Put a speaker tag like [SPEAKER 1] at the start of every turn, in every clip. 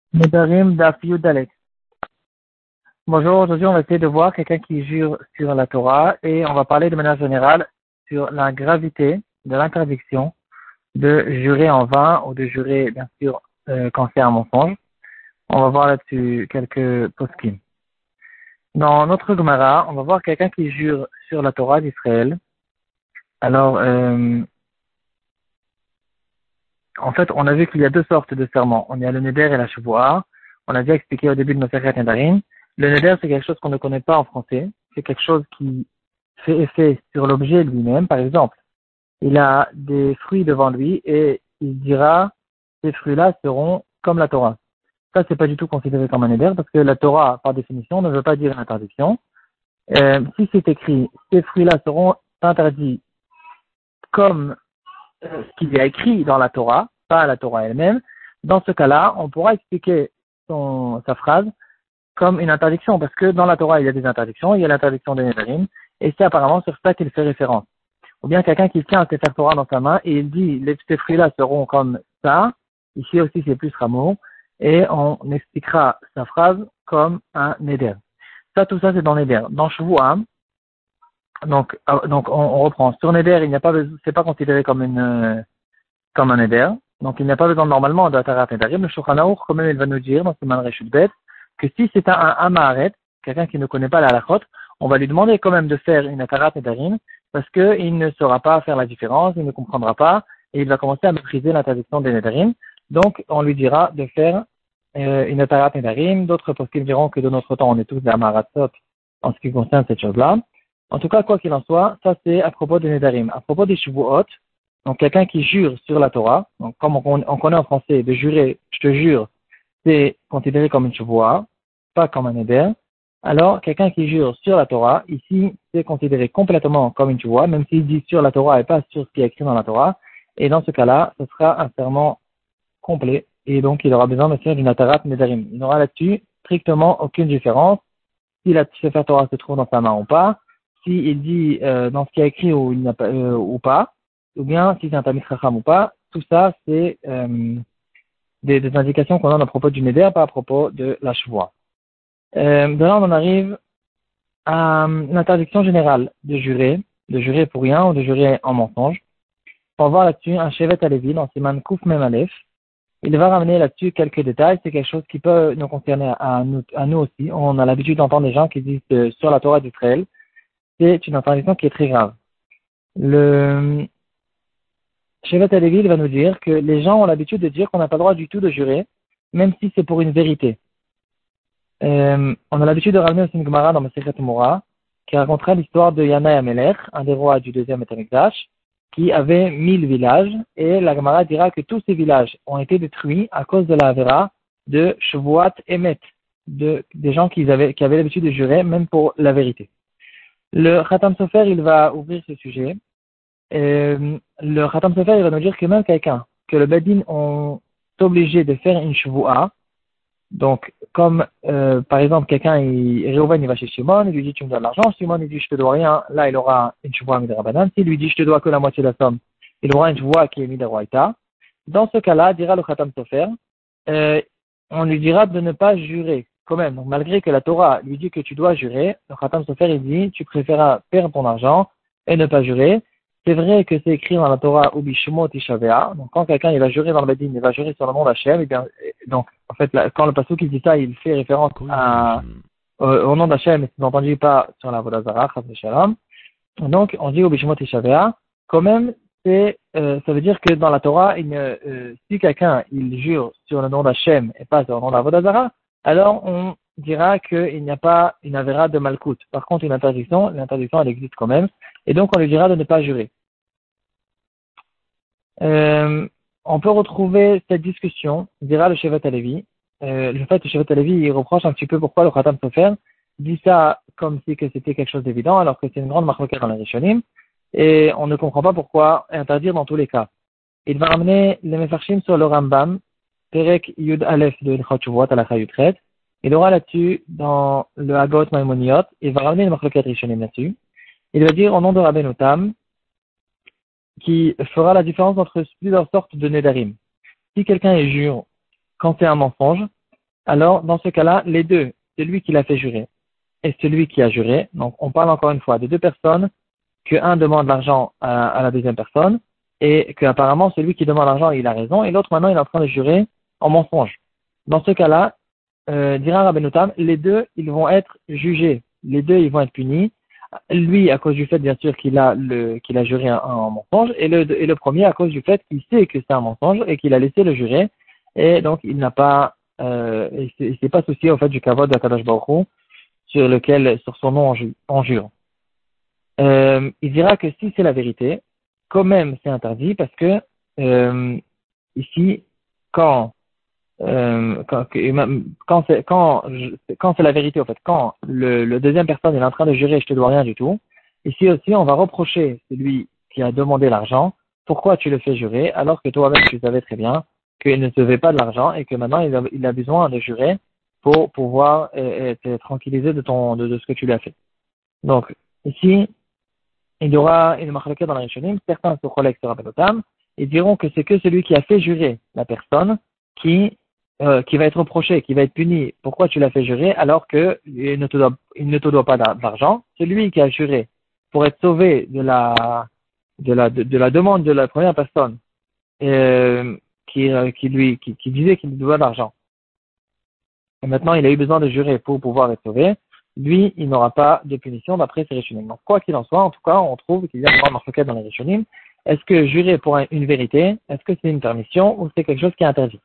[SPEAKER 1] Nedarim Daf Yudalek. Bonjour, aujourd'hui on va essayer de voir quelqu'un qui jure sur la Torah et on va parler de manière générale sur la gravité de l'interdiction de jurer en vain ou de jurer bien sûr quand c'est un mensonge. On va voir là-dessus quelques poskim. Dans notre Gemara, on va voir quelqu'un qui jure sur la Torah d'Israël. Alors, en fait, on a vu qu'il y a deux sortes de serments. On a le Neder et la Shavua. On a déjà expliqué au début de notre Masechet Nedarim. Le Neder, c'est quelque chose qu'on ne connaît pas en français. C'est quelque chose qui fait effet sur l'objet lui-même. Par exemple, il a des fruits devant lui et il dira, ces fruits-là seront comme la Torah. Ça, c'est pas du tout considéré comme un Neder parce que la Torah, par définition, ne veut pas dire une interdiction. Si c'est écrit, ces fruits-là seront interdits comme ce qu'il y a écrit dans la Torah, pas la Torah elle-même, dans ce cas-là, on pourra expliquer sa phrase comme une interdiction, parce que dans la Torah, il y a des interdictions, il y a l'interdiction des Nédarim, et c'est apparemment sur ça qu'il fait référence. Ou bien quelqu'un qui tient un Sefer Torah dans sa main, et il dit, ces fruits-là seront comme ça, ici aussi c'est plus Rameau, et on expliquera sa phrase comme un Neder. Ça, tout ça, c'est dans Neder. Dans Shavua, donc on reprend. Sur Neder, il n'y a pas, c'est pas considéré comme un Neder. Donc, il n'y a pas besoin normalement d'Atarat Nedarim. Le Shulchan Aruch, quand même, il va nous dire, dans ce Siman Reshut Bet, que si c'est un Amaharet, quelqu'un qui ne connaît pas la halachot, on va lui demander quand même de faire une Atarat Nedarim, parce qu'il ne saura pas faire la différence, il ne comprendra pas, et il va commencer à mépriser l'interdiction des Nedarim. Donc, on lui dira de faire une Atarat Nedarim. D'autres poskim diront que de notre temps, on est tous des Amaharatzot en ce qui concerne cette chose-là. En tout cas, quoi qu'il en soit, ça c'est à propos des Nedarim. À propos des Shavuot, donc quelqu'un qui jure sur la Torah, donc comme on connaît en français, de jurer, je te jure, c'est considéré comme une chevoie, pas comme un éder. Alors quelqu'un qui jure sur la Torah, ici, c'est considéré complètement comme une chevoie, même s'il dit sur la Torah et pas sur ce qui est écrit dans la Torah. Et dans ce cas-là, ce sera un serment complet, et donc il aura besoin de faire d'une atarat nedarim. Il n'aura là-dessus strictement aucune différence si la Sefer Torah se trouve dans sa main ou pas, s'il dit dans ce qui est écrit ou, il n'a pas, ou pas, ou bien si c'est un Talmid Chacham ou pas, tout ça c'est des indications qu'on donne à propos du Neder, pas à propos de la Shvoua. De là on en arrive à l'interdiction générale de jurer pour rien ou de jurer en mensonge. On va voir là-dessus un Shevet Alevi dans Siman Kouf Mem Aleph. Il va ramener là-dessus quelques détails. C'est quelque chose qui peut nous concerner à nous aussi. On a l'habitude d'entendre des gens qui disent sur la Torah d'Israël, c'est une interdiction qui est très grave. Le Shevet Alevi, il va nous dire que les gens ont l'habitude de dire qu'on n'a pas le droit du tout de jurer, même si c'est pour une vérité. On a l'habitude de ramener aussi une Gemara dans Masechet Moura, qui racontera l'histoire de Yana et Amelech, un des rois du deuxième Beth Amikdash, qui avait 1000 villages, et la Gemara dira que tous ces villages ont été détruits à cause de la Avera de Shavuot Emet, des gens qui avaient l'habitude de jurer, même pour la vérité. Le Khatam Sofer, il va ouvrir ce sujet. Le Khatam Sofer, il va nous dire que même quelqu'un, que le Bedin ont obligé de faire une Shavua, donc comme par exemple quelqu'un, Reuven, il va chez Shimon, il lui dit tu me donnes l'argent, Shimon il dit je te dois rien, là il aura une Shavua midrabanan, s'il lui dit je te dois que la moitié de la somme, il aura une Shavua qui est midrabaita. Dans ce cas-là, dira le Khatam Sofer, on lui dira de ne pas jurer quand même. Donc, malgré que la Torah lui dit que tu dois jurer, le Khatam Sofer il dit tu préféreras perdre ton argent et ne pas jurer. C'est vrai que c'est écrit dans la Torah Ubi Shemot Ishavea. Donc quand quelqu'un il va jurer dans le Bedin, il va jurer sur le nom d'Hachem. Et bien donc en fait là, quand le pasuk il dit ça, il fait référence au nom d'Hachem, et c'est entendu pas sur la Vodazara, Chas Shalom. Donc on dit Ubi Shemot Ishavea. Quand même ça veut dire que dans la Torah, si quelqu'un il jure sur le nom d'Hachem et pas sur le nom d'Avodazara, alors on dira qu'il n'y a pas une avéra de Malkout. Par contre, l'interdiction elle existe quand même, et donc on lui dira de ne pas jurer. On peut retrouver cette discussion, dira le Shevet Alevi. Le fait que le Shevet Alevi il reproche un petit peu pourquoi le Khatam Sofer dit ça comme si que c'était quelque chose d'évident, alors que c'est une grande marque dans les Rishonim. Et on ne comprend pas pourquoi interdire dans tous les cas. Il va ramener les Mefarshim sur le Rambam, Perek Yud Aleph de Ilchot Shuvot Halacha Yudchet. Il aura là-dessus, dans le Hagot Maimoniot, il va ramener le Machloket Rishonim là-dessus. Il va dire au nom de Rabbeinu Tam, qui fera la différence entre plusieurs sortes de Nedarim. Si quelqu'un est jure quand c'est un mensonge, alors dans ce cas-là, les deux, celui qui l'a fait jurer et celui qui a juré, donc on parle encore une fois de deux personnes, que un demande l'argent à la deuxième personne, et que apparemment celui qui demande l'argent, il a raison, et l'autre maintenant il est en train de jurer en mensonge. Dans ce cas-là, dira Rabbeinu Tam, les deux, ils vont être jugés, les deux, ils vont être punis. Lui, à cause du fait, bien sûr, qu'il a juré en mensonge, et le premier, à cause du fait qu'il sait que c'est un mensonge et qu'il a laissé le jurer, et donc il n'a pas, il s'est pas soucié, au fait, du kavod d'Akadosh Baruch Hu, sur son nom on jure. Il dira que si c'est la vérité, quand même c'est interdit parce que ici, quand quand c'est la vérité, en fait, quand le deuxième personne est en train de jurer, je te dois rien du tout, ici aussi, on va reprocher celui qui a demandé l'argent, pourquoi tu le fais jurer, alors que toi-même, tu savais très bien qu'il ne te devait pas de l'argent et que maintenant, il a besoin de jurer pour pouvoir être tranquillisé de ce que tu lui as fait. Donc, ici, il y aura une marque dans la Rishonim, certains se collèguent sur Rabbeinu, ils diront que c'est que celui qui a fait jurer la personne qui va être reproché, qui va être puni. Pourquoi tu l'as fait jurer alors qu'il ne te doit pas d'argent? Celui qui a juré pour être sauvé de la demande de la première personne qui disait qu'il lui doit de l'argent. Et maintenant, il a eu besoin de jurer pour pouvoir être sauvé. Lui, il n'aura pas de punition d'après ces Rishonim. Donc, quoi qu'il en soit, en tout cas, on trouve qu'il y a un marque dans les Rishonim. Est-ce que jurer pour une vérité, est-ce que c'est une permission ou c'est quelque chose qui est interdit?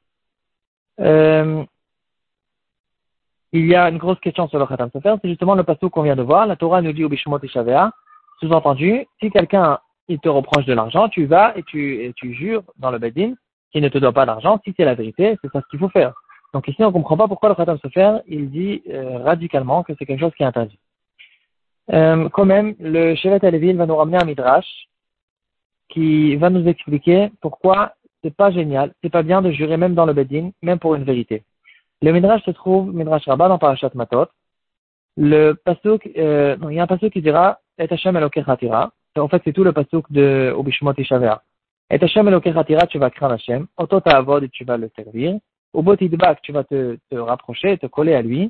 [SPEAKER 1] Il y a une grosse question sur le Khatam Sofer, c'est justement le passage qu'on vient de voir. La Torah nous dit au Bishmot Ishavea, sous-entendu, si quelqu'un il te reproche de l'argent, tu vas et tu jures dans le Bedin qu'il ne te doit pas d'argent. Si c'est la vérité, c'est ça ce qu'il faut faire. Donc ici, on ne comprend pas pourquoi le Khatam Sofer, il dit radicalement que c'est quelque chose qui est interdit. Quand même, le Shevet Halevi va nous ramener un Midrash qui va nous expliquer pourquoi c'est pas génial, c'est pas bien de jurer même dans le Bedin, même pour une vérité. Le Midrash se trouve, Midrash Rabbah dans Parashat Matot. Il y a un pasuk qui dira, Et Hashem Elokecha Tira. En fait, c'est tout le pasuk de Ubishmot Ishavea. Et Hashem Elokecha Tira, tu vas craindre Hashem. Oto Ta'avod, et tu vas le servir. Ubot Idbak, tu vas te rapprocher, te coller à lui.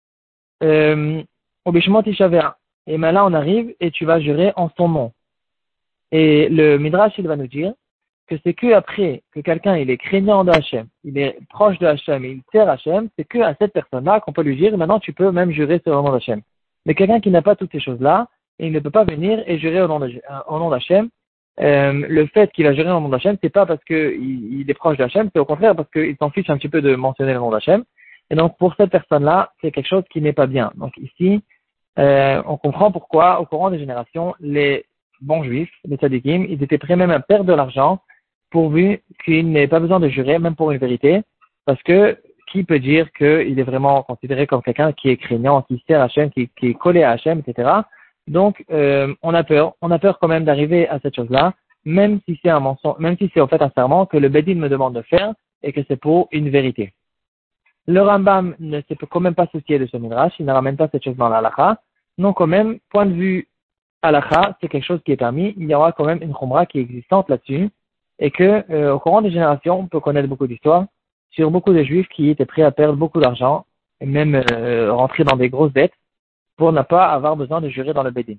[SPEAKER 1] Ubishmot Ishavea. Et maintenant, on arrive et tu vas jurer en son nom. Et le Midrash, il va nous dire que c'est que après que quelqu'un il est craignant de Hachem, il est proche de Hachem et il sert Hachem, c'est que à cette personne-là qu'on peut lui dire maintenant tu peux même jurer sur le nom d'Hachem. Mais quelqu'un qui n'a pas toutes ces choses-là, il ne peut pas venir et jurer au nom d'Hachem. Le fait qu'il a juré au nom d'Hachem, c'est pas parce qu'il est proche d'Hachem, c'est au contraire parce qu'il s'en fiche un petit peu de mentionner le nom d'Hachem. Et donc pour cette personne-là, c'est quelque chose qui n'est pas bien. Donc ici, on comprend pourquoi au courant des générations, les bons juifs, les tzadikim, ils étaient prêts même à perdre de l'argent pourvu qu'il n'ait pas besoin de jurer, même pour une vérité, parce que qui peut dire qu'il est vraiment considéré comme quelqu'un qui est craignant, qui sert à Hachem, qui est collé à Hachem, etc. Donc, on a peur quand même d'arriver à cette chose-là, même si c'est un mensonge, même si c'est en fait un serment que le Bedin me demande de faire et que c'est pour une vérité. Le Rambam ne s'est quand même pas soucié de ce midrash, il ne ramène pas cette chose dans la halakha. Non, quand même, point de vue halakha, c'est quelque chose qui est permis, il y aura quand même une khumra qui est existante là-dessus, et que au courant des générations, on peut connaître beaucoup d'histoires sur beaucoup de juifs qui étaient prêts à perdre beaucoup d'argent, et même rentrer dans des grosses dettes, pour ne pas avoir besoin de jurer dans le Bedin.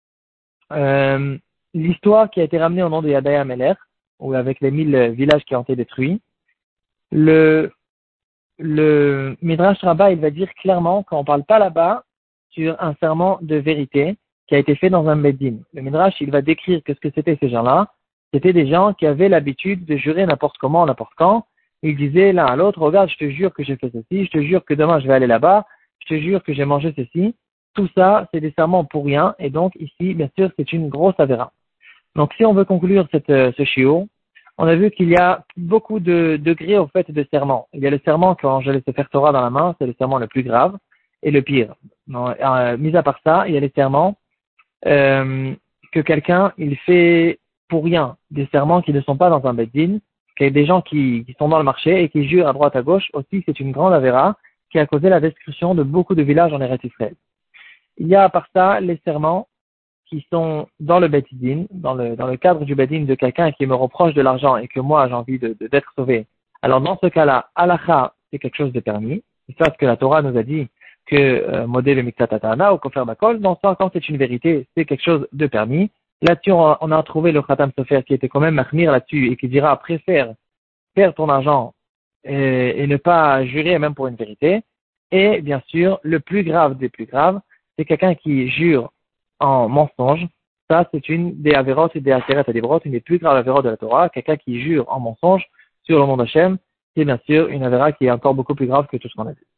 [SPEAKER 1] L'histoire qui a été ramenée au nom de Yadaya Meler, ou avec les 1000 villages qui ont été détruits, le Midrash Rabbah, il va dire clairement qu'on ne parle pas là-bas sur un serment de vérité qui a été fait dans un Bedin. Le Midrash, il va décrire que ce que c'était ces gens-là. C'était des gens qui avaient l'habitude de jurer n'importe comment, n'importe quand. Ils disaient l'un à l'autre, regarde, je te jure que j'ai fait ceci, je te jure que demain je vais aller là-bas, je te jure que j'ai mangé ceci. Tout ça, c'est des serments pour rien. Et donc ici, bien sûr, c'est une grosse avéra. Donc si on veut conclure ce shiur, on a vu qu'il y a beaucoup de degrés au fait de serment. Il y a le serment quand je laisse faire Torah dans la main, c'est le serment le plus grave et le pire. Mis à part ça, il y a les serments que quelqu'un il fait pour rien, des serments qui ne sont pas dans un beddin, qu'il y a des gens qui sont dans le marché et qui jurent à droite à gauche. Aussi, c'est une grande avéra qui a causé la destruction de beaucoup de villages en Eretz Israël. Il y a à part ça les serments qui sont dans le Bedin, dans le cadre du Bedin de quelqu'un qui me reproche de l'argent et que moi j'ai envie d'être sauvé. Alors dans ce cas-là, halakha, c'est quelque chose de permis. c'est ça ce que la Torah nous a dit, que modèle le miktat atana ou kofer bakol. Dans ce sens, quand c'est une vérité, c'est quelque chose de permis. Là-dessus, on a trouvé le Khatam Sofer qui était quand même mahmir là-dessus et qui dira préfère faire ton argent et ne pas jurer même pour une vérité. Et bien sûr, le plus grave des plus graves, c'est quelqu'un qui jure en mensonge. Ça, c'est une des avérots et des aseret à des une des plus graves avérots de la Torah. Quelqu'un qui jure en mensonge sur le nom d'Hachem, c'est bien sûr une avéra qui est encore beaucoup plus grave que tout ce qu'on a dit.